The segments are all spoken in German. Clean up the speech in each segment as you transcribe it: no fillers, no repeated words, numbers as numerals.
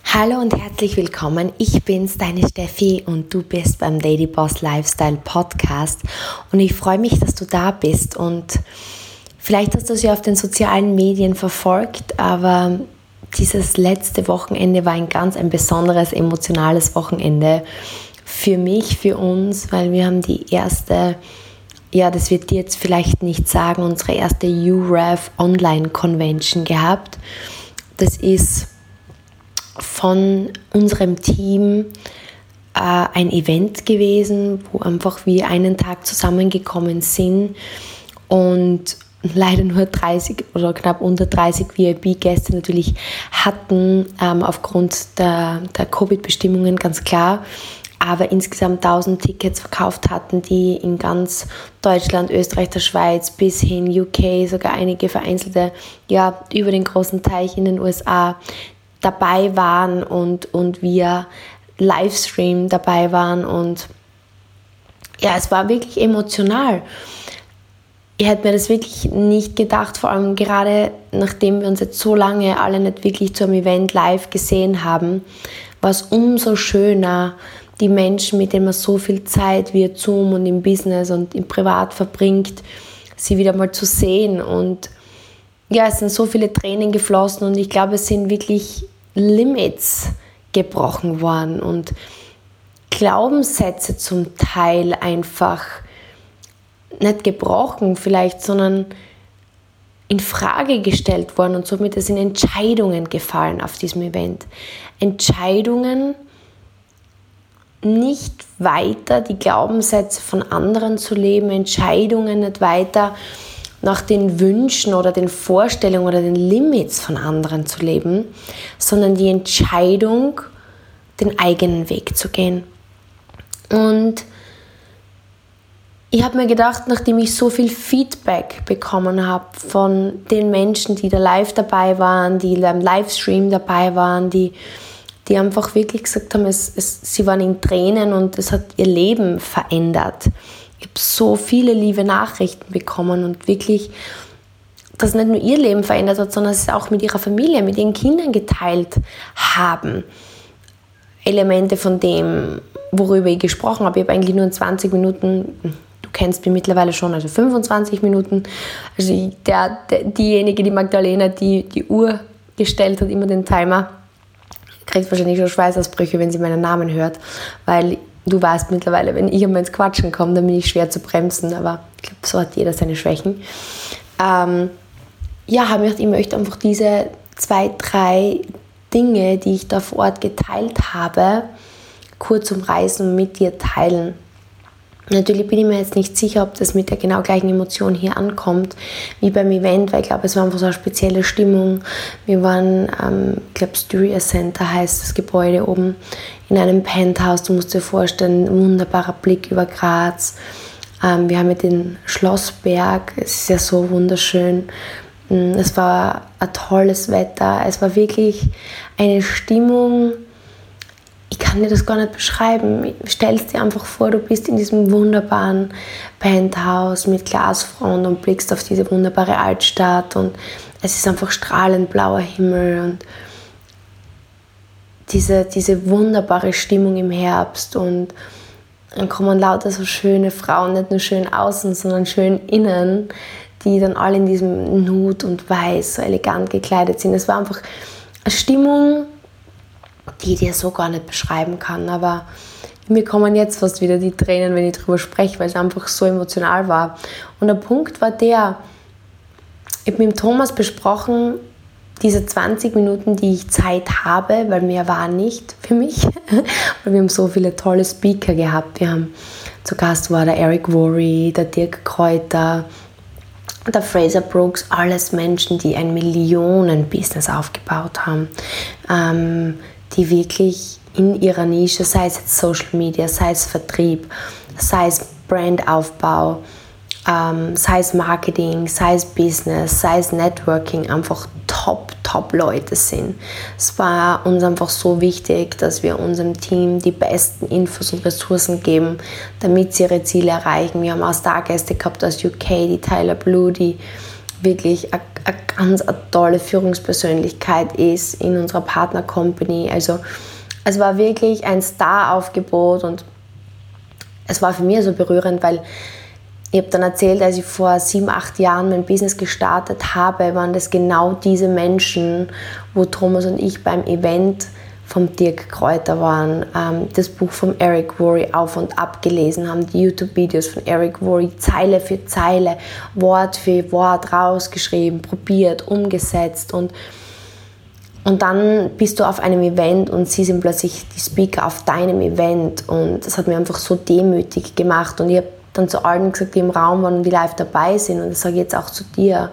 Hallo und herzlich willkommen. Ich bin's, deine Steffi, und du bist beim Lady Boss Lifestyle Podcast. Und ich freue mich, dass du da bist. Und vielleicht hast du es ja auf den sozialen Medien verfolgt, aber dieses letzte Wochenende war ein besonderes, emotionales Wochenende für mich, für uns, weil wir haben die erste, das wird dir jetzt vielleicht nicht sagen, unsere erste UREV Online Convention gehabt. Das ist von unserem Team ein Event gewesen, wo einfach wir einen Tag zusammengekommen sind und leider nur 30 oder knapp unter 30 VIP-Gäste natürlich hatten, aufgrund der Covid-Bestimmungen, ganz klar, aber insgesamt 1000 Tickets verkauft hatten, die in ganz Deutschland, Österreich, der Schweiz bis hin UK, sogar einige vereinzelte, über den großen Teich in den USA dabei waren und wir Livestream dabei waren, und es war wirklich emotional. Ich hätte mir das wirklich nicht gedacht, vor allem gerade nachdem wir uns jetzt so lange alle nicht wirklich zu einem Event live gesehen haben, war es umso schöner, die Menschen, mit denen man so viel Zeit via Zoom und im Business und im Privat verbringt, sie wieder mal zu sehen. Und es sind so viele Tränen geflossen und ich glaube, es sind wirklich Limits gebrochen worden und Glaubenssätze zum Teil einfach nicht gebrochen vielleicht, sondern in Frage gestellt worden, und somit sind Entscheidungen gefallen auf diesem Event. Entscheidungen, nicht weiter die Glaubenssätze von anderen zu leben, Entscheidungen nicht weiter nach den Wünschen oder den Vorstellungen oder den Limits von anderen zu leben, sondern die Entscheidung, den eigenen Weg zu gehen. Und ich habe mir gedacht, nachdem ich so viel Feedback bekommen habe von den Menschen, die da live dabei waren, die beim Livestream dabei waren, die einfach wirklich gesagt haben, sie waren in Tränen und es hat ihr Leben verändert. Ich habe so viele liebe Nachrichten bekommen und wirklich, dass nicht nur ihr Leben verändert hat, sondern es auch mit ihrer Familie, mit ihren Kindern geteilt haben. Elemente von dem, worüber ich gesprochen habe. Ich habe eigentlich nur in 20 Minuten, du kennst mich mittlerweile schon, also 25 Minuten. Also diejenige, die Magdalena, die Uhr gestellt hat, immer den Timer, kriegt wahrscheinlich schon Schweißausbrüche, wenn sie meinen Namen hört, weil du weißt mittlerweile, wenn ich einmal ins Quatschen komme, dann bin ich schwer zu bremsen, aber ich glaube, so hat jeder seine Schwächen. Ich möchte einfach diese 2-3 Dinge, die ich da vor Ort geteilt habe, kurz umreißen und mit dir teilen. Natürlich bin ich mir jetzt nicht sicher, ob das mit der genau gleichen Emotion hier ankommt wie beim Event, weil ich glaube, es war einfach so eine spezielle Stimmung. Wir waren, Styria Center heißt das Gebäude, oben in einem Penthouse. Du musst dir vorstellen, ein wunderbarer Blick über Graz. Wir haben mit den Schlossberg, es ist ja so wunderschön. Es war ein tolles Wetter, es war wirklich eine Stimmung. Ich kann dir das gar nicht beschreiben. Stell es dir einfach vor, du bist in diesem wunderbaren Penthouse mit Glasfront und blickst auf diese wunderbare Altstadt und es ist einfach strahlend blauer Himmel und diese wunderbare Stimmung im Herbst, und dann kommen lauter so schöne Frauen, nicht nur schön außen, sondern schön innen, die dann alle in diesem Nude und Weiß so elegant gekleidet sind. Es war einfach eine Stimmung, die ich dir so gar nicht beschreiben kann, aber mir kommen jetzt fast wieder die Tränen, wenn ich darüber spreche, weil es einfach so emotional war. Und der Punkt war ich habe mit Thomas besprochen, diese 20 Minuten, die ich Zeit habe, weil mehr war nicht für mich, weil wir haben so viele tolle Speaker gehabt. Wir haben zu Gast war der Eric Worre, der Dirk Kräuter, der Fraser Brooks, alles Menschen, die ein Millionen-Business aufgebaut haben, die wirklich in ihrer Nische, sei es jetzt Social Media, sei es Vertrieb, sei es Brandaufbau, sei es Marketing, sei es Business, sei es Networking, einfach top Leute sind. Es war uns einfach so wichtig, dass wir unserem Team die besten Infos und Ressourcen geben, damit sie ihre Ziele erreichen. Wir haben auch Stargäste gehabt aus UK, die Tyler Blue, die wirklich eine ganz tolle Führungspersönlichkeit ist in unserer Partner-Company. Also es war wirklich ein Star-Aufgebot und es war für mich so berührend, weil ich habe dann erzählt, als ich vor 7-8 Jahren mein Business gestartet habe, waren das genau diese Menschen, wo Thomas und ich beim Event vom Dirk Kräuter waren, das Buch von Eric Worre auf und ab gelesen haben, die YouTube-Videos von Eric Worre Zeile für Zeile, Wort für Wort rausgeschrieben, probiert, umgesetzt und dann bist du auf einem Event und sie sind plötzlich die Speaker auf deinem Event und das hat mir einfach so demütig gemacht und ich habe dann zu allen gesagt, die im Raum waren und die live dabei sind und das sage ich jetzt auch zu dir,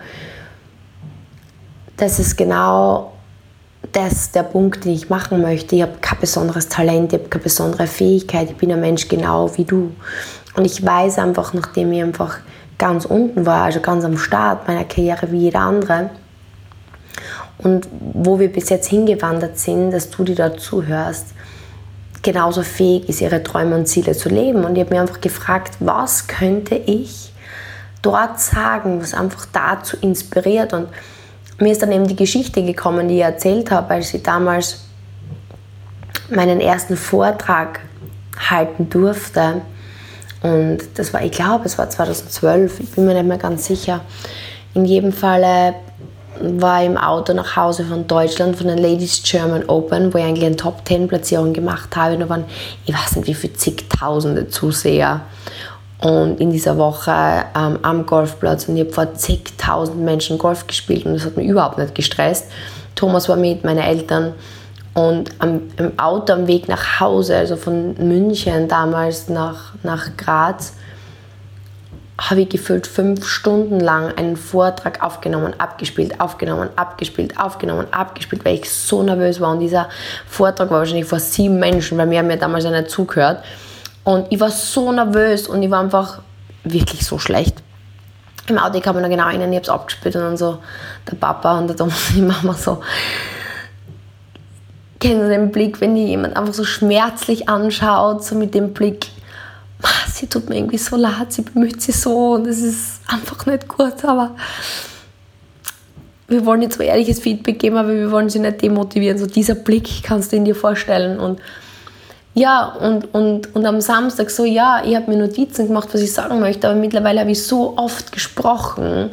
das ist genau das der Punkt, den ich machen möchte. Ich habe kein besonderes Talent, ich habe keine besondere Fähigkeit, ich bin ein Mensch genau wie du. Und ich weiß einfach, nachdem ich einfach ganz unten war, also ganz am Start meiner Karriere wie jeder andere und wo wir bis jetzt hingewandert sind, dass du dir da zuhörst, genauso fähig ist, ihre Träume und Ziele zu leben. Und ich habe mir einfach gefragt, was könnte ich dort sagen, was einfach dazu inspiriert. Und mir ist dann eben die Geschichte gekommen, die ich erzählt habe, als ich damals meinen ersten Vortrag halten durfte. Und das war, ich glaube, es war 2012, ich bin mir nicht mehr ganz sicher. In jedem Fall war ich im Auto nach Hause von Deutschland, von den Ladies German Open, wo ich eigentlich eine Top-10-Platzierung gemacht habe. Und da waren, ich weiß nicht wie viele zigtausende Zuseher. Und in dieser Woche am Golfplatz und ich habe vor zigtausend Menschen Golf gespielt und das hat mich überhaupt nicht gestresst. Thomas war mit, meine Eltern und im Auto am Weg nach Hause, also von München damals nach Graz, habe ich gefühlt 5 Stunden lang einen Vortrag aufgenommen, abgespielt, aufgenommen, abgespielt, aufgenommen, abgespielt, weil ich so nervös war und dieser Vortrag war wahrscheinlich vor 7 Menschen, weil mir haben ja damals ja nicht zugehört. Und ich war so nervös und ich war einfach wirklich so schlecht. Im Auto kam ich noch genau rein und ich habe es abgespielt und dann so der Papa und der Thomas und die Mama so. Kennen Sie den Blick, wenn die jemand einfach so schmerzlich anschaut, so mit dem Blick, sie tut mir irgendwie so leid, sie bemüht sich so und es ist einfach nicht gut, aber wir wollen jetzt so ehrliches Feedback geben, aber wir wollen sie nicht demotivieren. So dieser Blick kannst du ihn dir vorstellen und ja, und am Samstag so, ja, ich habe mir Notizen gemacht, was ich sagen möchte, aber mittlerweile habe ich so oft gesprochen,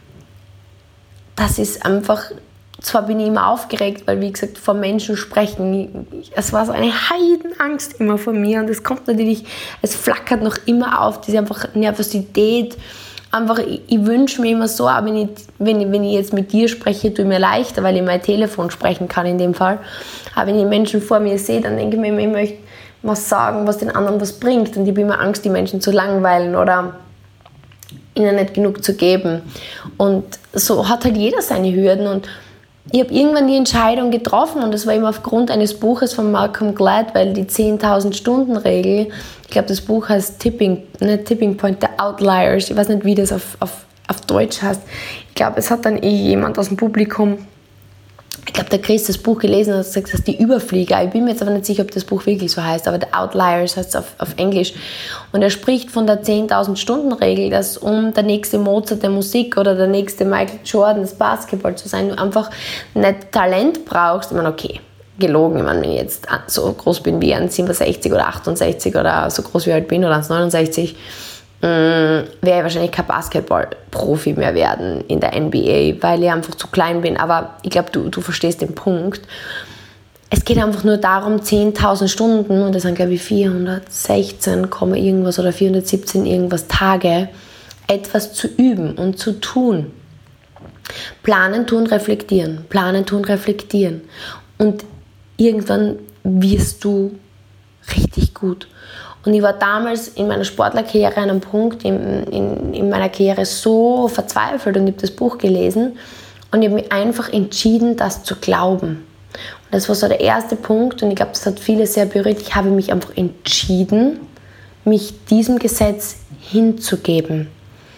dass es einfach, zwar bin ich immer aufgeregt, weil wie gesagt, vor Menschen sprechen, es war so eine Heidenangst immer von mir und es kommt natürlich, es flackert noch immer auf, diese einfach Nervosität, einfach, ich wünsche mir immer so, aber wenn ich jetzt mit dir spreche, tue mir leichter, weil ich mein Telefon sprechen kann in dem Fall, aber wenn ich Menschen vor mir sehe, dann denke ich mir immer, ich möchte was sagen, was den anderen was bringt und ich habe immer Angst, die Menschen zu langweilen oder ihnen nicht genug zu geben und so hat halt jeder seine Hürden und ich habe irgendwann die Entscheidung getroffen und das war immer aufgrund eines Buches von Malcolm Gladwell, die 10.000 Stunden Regel. Ich glaube, das Buch heißt Tipping Point, The Outliers. Ich weiß nicht, wie das auf Deutsch heißt. Ich glaube, es hat dann jemand aus dem Publikum, ich glaube, der Chris das Buch gelesen und hat gesagt, das ist die Überflieger. Ich bin mir jetzt aber nicht sicher, ob das Buch wirklich so heißt, aber The Outliers heißt es auf Englisch. Und er spricht von der 10.000 Stunden Regel, dass um der nächste Mozart der Musik oder der nächste Michael Jordan des Basketball zu sein, du einfach nicht Talent brauchst. Ich meine, okay, gelogen, ich meine, wenn ich jetzt so groß bin wie 1,67 oder 68 oder so groß wie ich halt bin oder 1,69, werde ich wahrscheinlich kein Basketball-Profi mehr werden in der NBA, weil ich einfach zu klein bin. Aber ich glaube, du verstehst den Punkt. Es geht einfach nur darum, 10.000 Stunden, und das sind, glaube ich, 416, irgendwas oder 417 irgendwas Tage, etwas zu üben und zu tun. Planen, tun, reflektieren. Planen, tun, reflektieren. Und irgendwann wirst du richtig gut. Und ich war damals in meiner Sportlerkarriere an einem Punkt in meiner Karriere so verzweifelt und ich habe das Buch gelesen und ich habe mich einfach entschieden, das zu glauben. Und das war so der erste Punkt und ich glaube, das hat viele sehr berührt. Ich habe mich einfach entschieden, mich diesem Gesetz hinzugeben.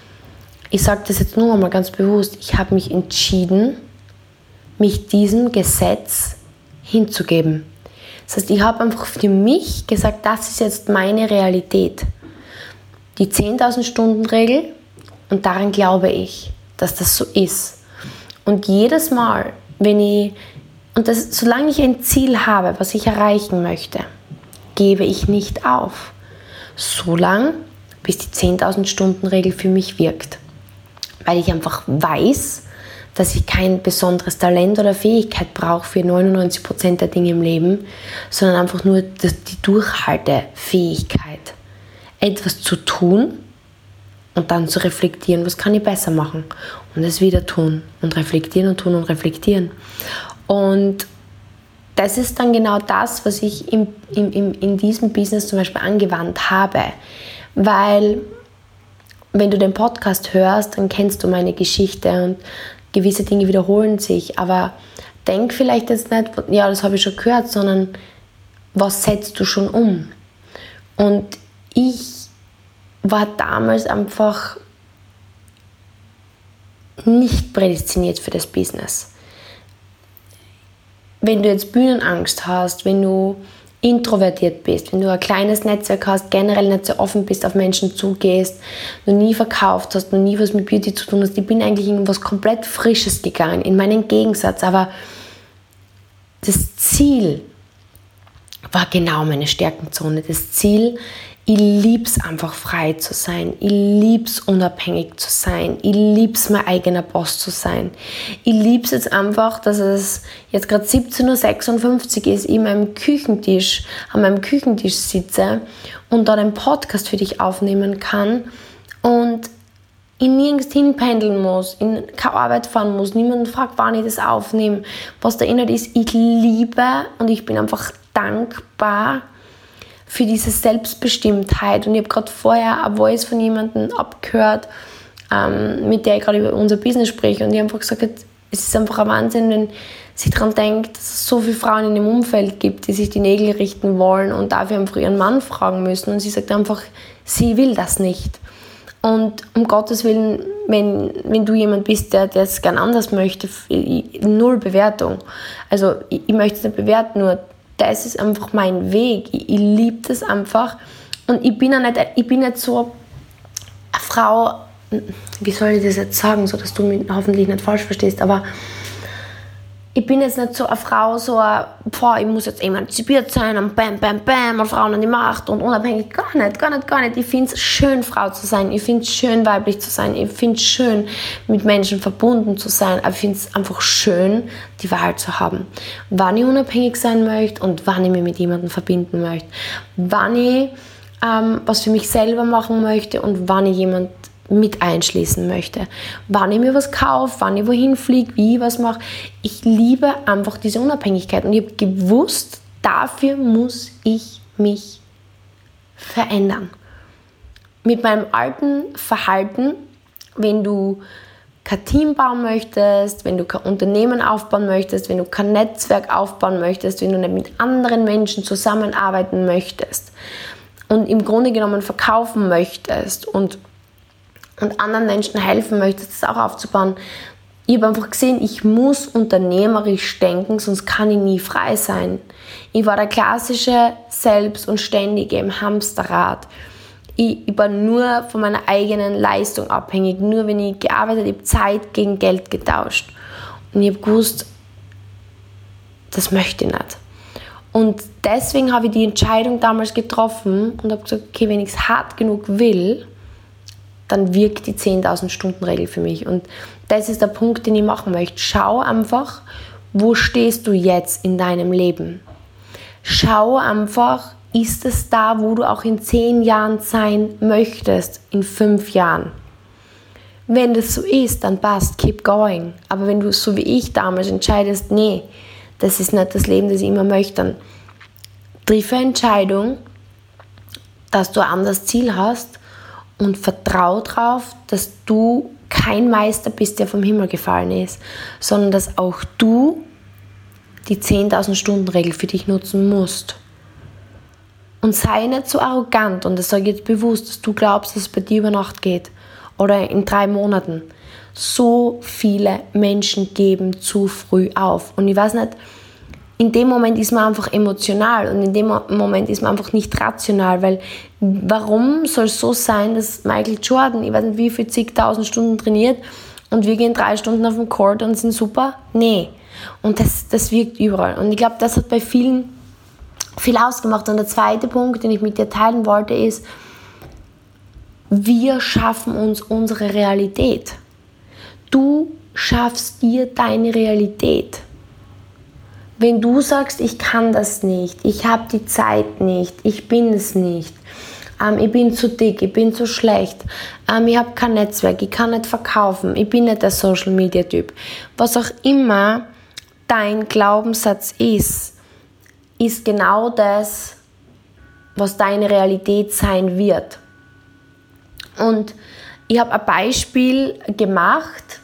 Ich sage das jetzt nur einmal ganz bewusst. Ich habe mich entschieden, mich diesem Gesetz hinzugeben. Das heißt, ich habe einfach für mich gesagt, das ist jetzt meine Realität. Die 10.000 Stunden Regel und daran glaube ich. dass das so ist. Und jedes Mal, solange ich ein Ziel habe, was ich erreichen möchte, gebe ich nicht auf. Solange, bis die 10.000 Stunden Regel für mich wirkt. Weil ich einfach weiß, dass ich kein besonderes Talent oder Fähigkeit brauche für 99% der Dinge im Leben, sondern einfach nur die Durchhaltefähigkeit, etwas zu tun und dann zu reflektieren, was kann ich besser machen und es wieder tun und reflektieren und tun und reflektieren. Und das ist dann genau das, was ich in diesem Business zum Beispiel angewandt habe, weil wenn du den Podcast hörst, dann kennst du meine Geschichte und gewisse Dinge wiederholen sich, aber denk vielleicht jetzt nicht, ja, das habe ich schon gehört, sondern was setzt du schon um? Und ich war damals einfach nicht prädestiniert für das Business. Wenn du jetzt Bühnenangst hast, wenn du introvertiert bist, wenn du ein kleines Netzwerk hast, generell nicht so offen bist, auf Menschen zugehst, noch nie verkauft hast, noch nie was mit Beauty zu tun hast, ich bin eigentlich in was komplett Frisches gegangen, in meinen Gegensatz, aber das Ziel war genau meine Stärkenzone. Das Ziel, ich lieb's einfach frei zu sein, ich lieb's unabhängig zu sein, ich lieb's mein eigener Boss zu sein. Ich lieb's jetzt einfach, dass es jetzt gerade 17.56 Uhr ist, ich an meinem Küchentisch sitze und da den Podcast für dich aufnehmen kann und ich nirgends hinpendeln muss, in keine Arbeit fahren muss, niemanden fragt, wann ich das aufnehme, was der Inhalt ist. Ich liebe und ich bin einfach dankbar für diese Selbstbestimmtheit. Und ich habe gerade vorher eine Voice von jemandem abgehört, mit der ich gerade über unser Business spreche. Und ich habe einfach gesagt, es ist einfach ein Wahnsinn, wenn sie daran denkt, dass es so viele Frauen in dem Umfeld gibt, die sich die Nägel richten wollen und dafür einfach ihren Mann fragen müssen. Und sie sagt einfach, sie will das nicht. Und um Gottes Willen, wenn du jemand bist, der es gern anders möchte, null Bewertung. Also ich möchte es nicht bewerten, nur das ist einfach mein Weg. Ich liebe das einfach. Und ich bin nicht so eine Frau, wie soll ich das jetzt sagen, so dass du mich hoffentlich nicht falsch verstehst, aber ich bin jetzt nicht so eine Frau, ich muss jetzt emanzipiert sein und bam, Frauen an die Macht und unabhängig. Gar nicht. Ich finde es schön, Frau zu sein. Ich finde es schön, weiblich zu sein. Ich finde es schön, mit Menschen verbunden zu sein. Aber ich finde es einfach schön, die Wahl zu haben. Wann ich unabhängig sein möchte und wann ich mich mit jemandem verbinden möchte. Wann ich was für mich selber machen möchte und wann ich jemand mit einschließen möchte. Wann ich mir was kaufe, wann ich wohin fliege, wie ich was mache. Ich liebe einfach diese Unabhängigkeit und ich habe gewusst, dafür muss ich mich verändern. Mit meinem alten Verhalten, wenn du kein Team bauen möchtest, wenn du kein Unternehmen aufbauen möchtest, wenn du kein Netzwerk aufbauen möchtest, wenn du nicht mit anderen Menschen zusammenarbeiten möchtest und im Grunde genommen verkaufen möchtest und anderen Menschen helfen möchtest, das auch aufzubauen. Ich habe einfach gesehen, ich muss unternehmerisch denken, sonst kann ich nie frei sein. Ich war der klassische Selbst- und Ständige im Hamsterrad. Ich war nur von meiner eigenen Leistung abhängig. Nur wenn ich gearbeitet habe, Zeit gegen Geld getauscht. Und ich habe gewusst, das möchte ich nicht. Und deswegen habe ich die Entscheidung damals getroffen und habe gesagt, okay, wenn ich es hart genug will, dann wirkt die 10.000 Stunden Regel für mich. Und das ist der Punkt, den ich machen möchte. Schau einfach, wo stehst du jetzt in deinem Leben? Schau einfach, ist es da, wo du auch in 10 Jahren sein möchtest, in 5 Jahren? Wenn das so ist, dann passt, keep going. Aber wenn du, so wie ich damals, entscheidest, nee, das ist nicht das Leben, das ich immer möchte, dann triff eine Entscheidung, dass du ein anderes Ziel hast, und vertrau darauf, dass du kein Meister bist, der vom Himmel gefallen ist, sondern dass auch du die 10.000 Stunden Regel für dich nutzen musst. Und sei nicht so arrogant, und das sage ich jetzt bewusst, dass du glaubst, dass es bei dir über Nacht geht oder in 3 Monaten. So viele Menschen geben zu früh auf. Und ich weiß nicht, in dem Moment ist man einfach emotional und in dem Moment ist man einfach nicht rational, weil warum soll es so sein, dass Michael Jordan, ich weiß nicht wie viel zigtausend Stunden trainiert und wir gehen 3 Stunden auf den Court und sind super? Nee. Und das wirkt überall. Und ich glaube, das hat bei vielen viel ausgemacht. Und der zweite Punkt, den ich mit dir teilen wollte, ist, wir schaffen uns unsere Realität. Du schaffst dir deine Realität. Wenn du sagst, ich kann das nicht, ich habe die Zeit nicht, ich bin es nicht, ich bin zu dick, ich bin zu schlecht, ich habe kein Netzwerk, ich kann nicht verkaufen, ich bin nicht der Social-Media-Typ. Was auch immer dein Glaubenssatz ist genau das, was deine Realität sein wird. Und ich habe ein Beispiel gemacht,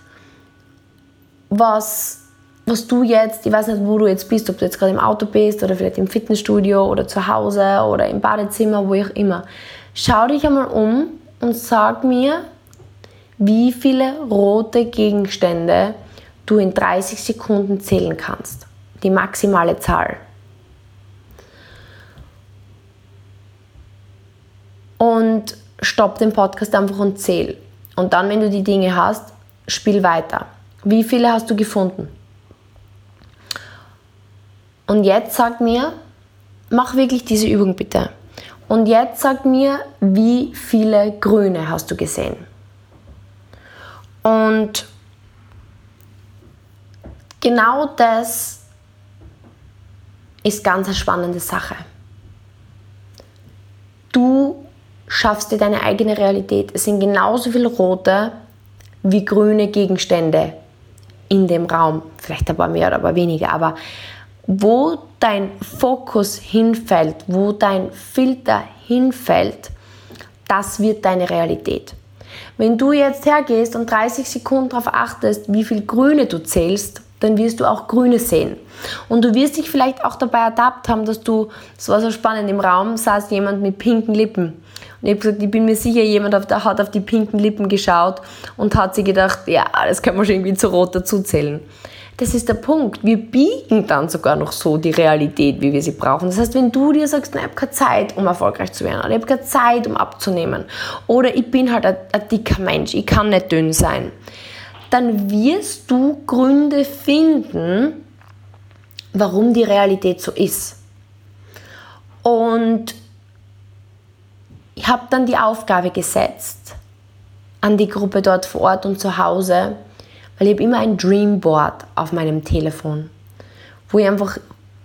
was du jetzt, ich weiß nicht, wo du jetzt bist, ob du jetzt gerade im Auto bist oder vielleicht im Fitnessstudio oder zu Hause oder im Badezimmer, wo auch immer. Schau dich einmal um und sag mir, wie viele rote Gegenstände du in 30 Sekunden zählen kannst. Die maximale Zahl. Und stopp den Podcast einfach und zähl. Und dann, wenn du die Dinge hast, spiel weiter. Wie viele hast du gefunden? Und jetzt sag mir, mach wirklich diese Übung bitte. Und jetzt sag mir, wie viele Grüne hast du gesehen? Und genau das ist ganz eine spannende Sache. Du schaffst dir deine eigene Realität. Es sind genauso viele rote wie grüne Gegenstände in dem Raum. Vielleicht ein paar mehr oder ein paar weniger, aber wo dein Fokus hinfällt, wo dein Filter hinfällt, das wird deine Realität. Wenn du jetzt hergehst und 30 Sekunden darauf achtest, wie viel Grüne du zählst, dann wirst du auch Grüne sehen. Und du wirst dich vielleicht auch dabei ertappt haben, das war so spannend, im Raum saß jemand mit pinken Lippen. Und ich habe gesagt, ich bin mir sicher, jemand hat auf die pinken Lippen geschaut und hat sich gedacht, ja, das kann man schon irgendwie zu rot dazuzählen. Das ist der Punkt. Wir biegen dann sogar noch so die Realität, wie wir sie brauchen. Das heißt, wenn du dir sagst, ich habe keine Zeit, um erfolgreich zu werden, oder ich habe keine Zeit, um abzunehmen, oder ich bin halt ein dicker Mensch, ich kann nicht dünn sein, dann wirst du Gründe finden, warum die Realität so ist. Und ich habe dann die Aufgabe gesetzt an die Gruppe dort vor Ort und zu Hause, weil ich habe immer ein Dreamboard auf meinem Telefon, wo ich einfach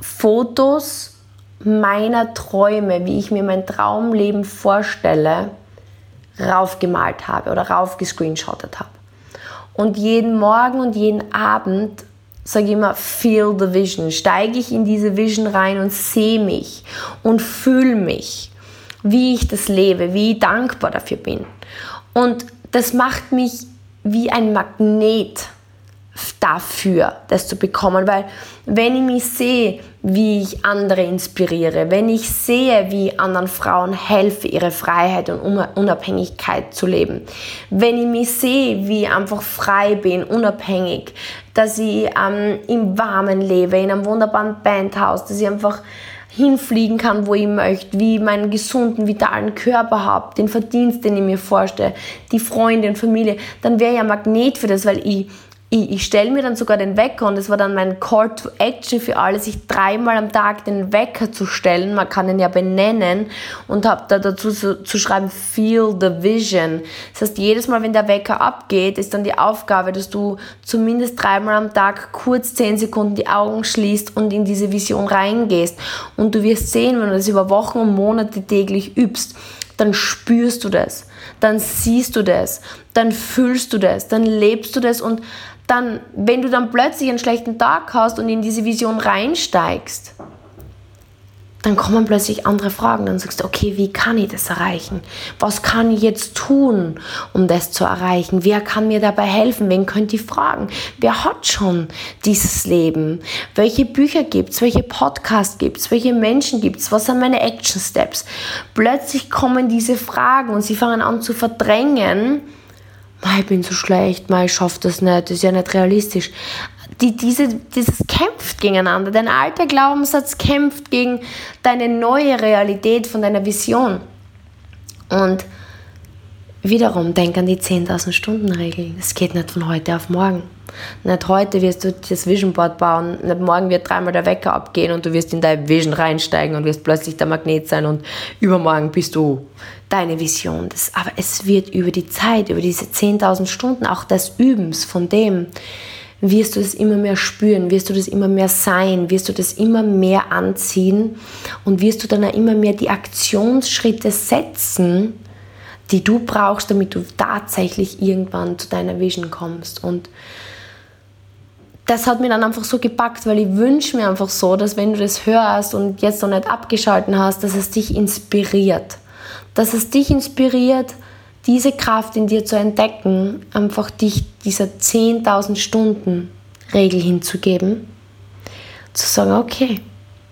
Fotos meiner Träume, wie ich mir mein Traumleben vorstelle, raufgemalt habe oder raufgescreenshottet habe. Und jeden Morgen und jeden Abend sage ich immer, feel the vision. Steige ich in diese Vision rein und sehe mich und fühle mich, wie ich das lebe, wie ich dankbar dafür bin. Und das macht mich wie ein Magnet dafür, das zu bekommen, weil wenn ich mich sehe, wie ich andere inspiriere, wenn ich sehe, wie ich anderen Frauen helfe, ihre Freiheit und Unabhängigkeit zu leben, wenn ich mich sehe, wie ich einfach frei bin, unabhängig, dass ich im Warmen lebe, in einem wunderbaren Bandhaus, dass ich einfach hinfliegen kann, wo ich möchte, wie ich meinen gesunden, vitalen Körper habe, den Verdienst, den ich mir vorstelle, die Freunde und Familie, dann wäre ich ein Magnet für das, weil ich stelle mir dann sogar den Wecker und das war dann mein Call to Action für alle, sich 3-mal am Tag den Wecker zu stellen, man kann ihn ja benennen und habe da dazu zu schreiben, feel the vision. Das heißt, jedes Mal, wenn der Wecker abgeht, ist dann die Aufgabe, dass du zumindest 3-mal am Tag kurz 10 Sekunden die Augen schließt und in diese Vision reingehst. Und du wirst sehen, wenn du das über Wochen und Monate täglich übst, dann spürst du das, dann siehst du das, dann fühlst du das, dann lebst du das und dann, wenn du dann plötzlich einen schlechten Tag hast und in diese Vision reinsteigst, dann kommen plötzlich andere Fragen. Dann sagst du, okay, wie kann ich das erreichen? Was kann ich jetzt tun, um das zu erreichen? Wer kann mir dabei helfen? Wen könnt ihr fragen? Wer hat schon dieses Leben? Welche Bücher gibt's? Welche Podcasts gibt's? Welche Menschen gibt's? Was sind meine Action Steps? Plötzlich kommen diese Fragen und sie fangen an zu verdrängen. Ich bin so schlecht, ich schaffe das nicht, das ist ja nicht realistisch. Dieses kämpft gegeneinander. Dein alter Glaubenssatz kämpft gegen deine neue Realität von deiner Vision. Und wiederum, denk an die 10.000 Stunden Regel. Es geht nicht von heute auf morgen. Nicht heute wirst du das Vision Board bauen, nicht morgen wird 3-mal der Wecker abgehen und du wirst in deine Vision reinsteigen und wirst plötzlich der Magnet sein und übermorgen bist du deine Vision. Aber es wird über die Zeit, über diese 10.000 Stunden, auch des Übens von dem, wirst du das immer mehr spüren, wirst du das immer mehr sein, wirst du das immer mehr anziehen und wirst du dann auch immer mehr die Aktionsschritte setzen, die du brauchst, damit du tatsächlich irgendwann zu deiner Vision kommst. Und das hat mir dann einfach so gepackt, weil ich wünsche mir einfach so, dass wenn du das hörst und jetzt noch nicht abgeschalten hast, dass es dich inspiriert. Dass es dich inspiriert, diese Kraft in dir zu entdecken, einfach dich dieser 10.000 Stunden Regel hinzugeben, zu sagen, okay,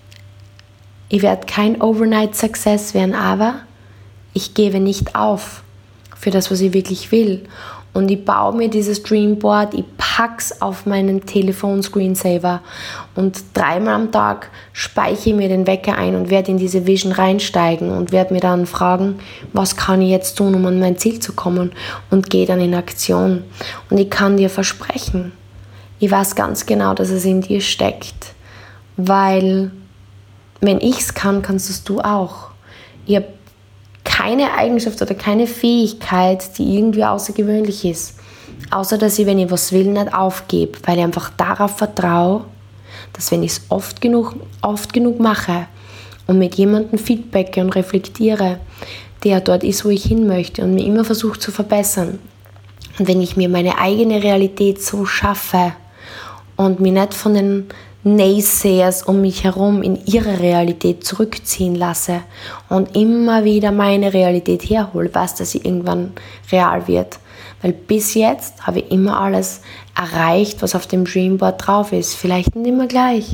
ich werde kein Overnight Success werden, aber ich gebe nicht auf für das, was ich wirklich will. Und ich baue mir dieses Dreamboard, ich pack's auf meinen Telefon-Screensaver und 3-mal am Tag speichere ich mir den Wecker ein und werde in diese Vision reinsteigen und werde mir dann fragen, was kann ich jetzt tun, um an mein Ziel zu kommen, und gehe dann in Aktion. Und ich kann dir versprechen, ich weiß ganz genau, dass es in dir steckt, weil wenn ich es kann, kannst du auch. Ich habe keine Eigenschaft oder keine Fähigkeit, die irgendwie außergewöhnlich ist. Außer, dass ich, wenn ich was will, nicht aufgebe, weil ich einfach darauf vertraue, dass wenn ich es oft genug mache und mit jemandem feedbacke und reflektiere, der dort ist, wo ich hin möchte und mir immer versuche zu verbessern. Und wenn ich mir meine eigene Realität so schaffe und mich nicht von den Naysayers um mich herum in ihre Realität zurückziehen lasse und immer wieder meine Realität herhole, was dass sie irgendwann real wird. Weil bis jetzt habe ich immer alles erreicht, was auf dem Dreamboard drauf ist. Vielleicht nicht immer gleich,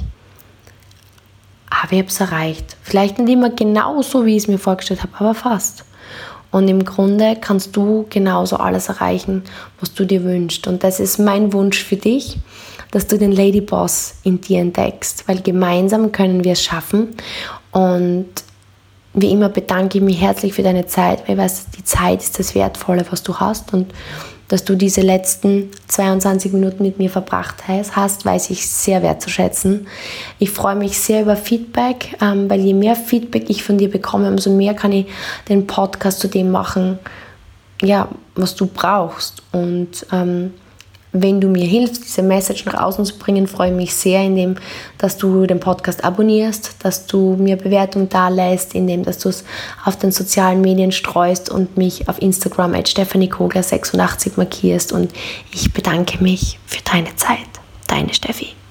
aber ich habe es erreicht. Vielleicht nicht immer genau so, wie ich es mir vorgestellt habe, aber fast. Und im Grunde kannst du genauso alles erreichen, was du dir wünschst. Und das ist mein Wunsch für dich, dass du den Lady Boss in dir entdeckst, weil gemeinsam können wir es schaffen. Und wie immer bedanke ich mich herzlich für deine Zeit, weil ich weiß, die Zeit ist das Wertvolle, was du hast, und dass du diese letzten 22 Minuten mit mir verbracht hast, weiß ich sehr wertzuschätzen. Ich freue mich sehr über Feedback, weil je mehr Feedback ich von dir bekomme, umso mehr kann ich den Podcast zu dem machen, ja, was du brauchst. Und wenn du mir hilfst, diese Message nach außen zu bringen, freue ich mich sehr, indem dass du den Podcast abonnierst, dass du mir Bewertung dalässt, indem dass du es auf den sozialen Medien streust und mich auf Instagram @stephaniekogler86 markierst. Und ich bedanke mich für deine Zeit. Deine Steffi.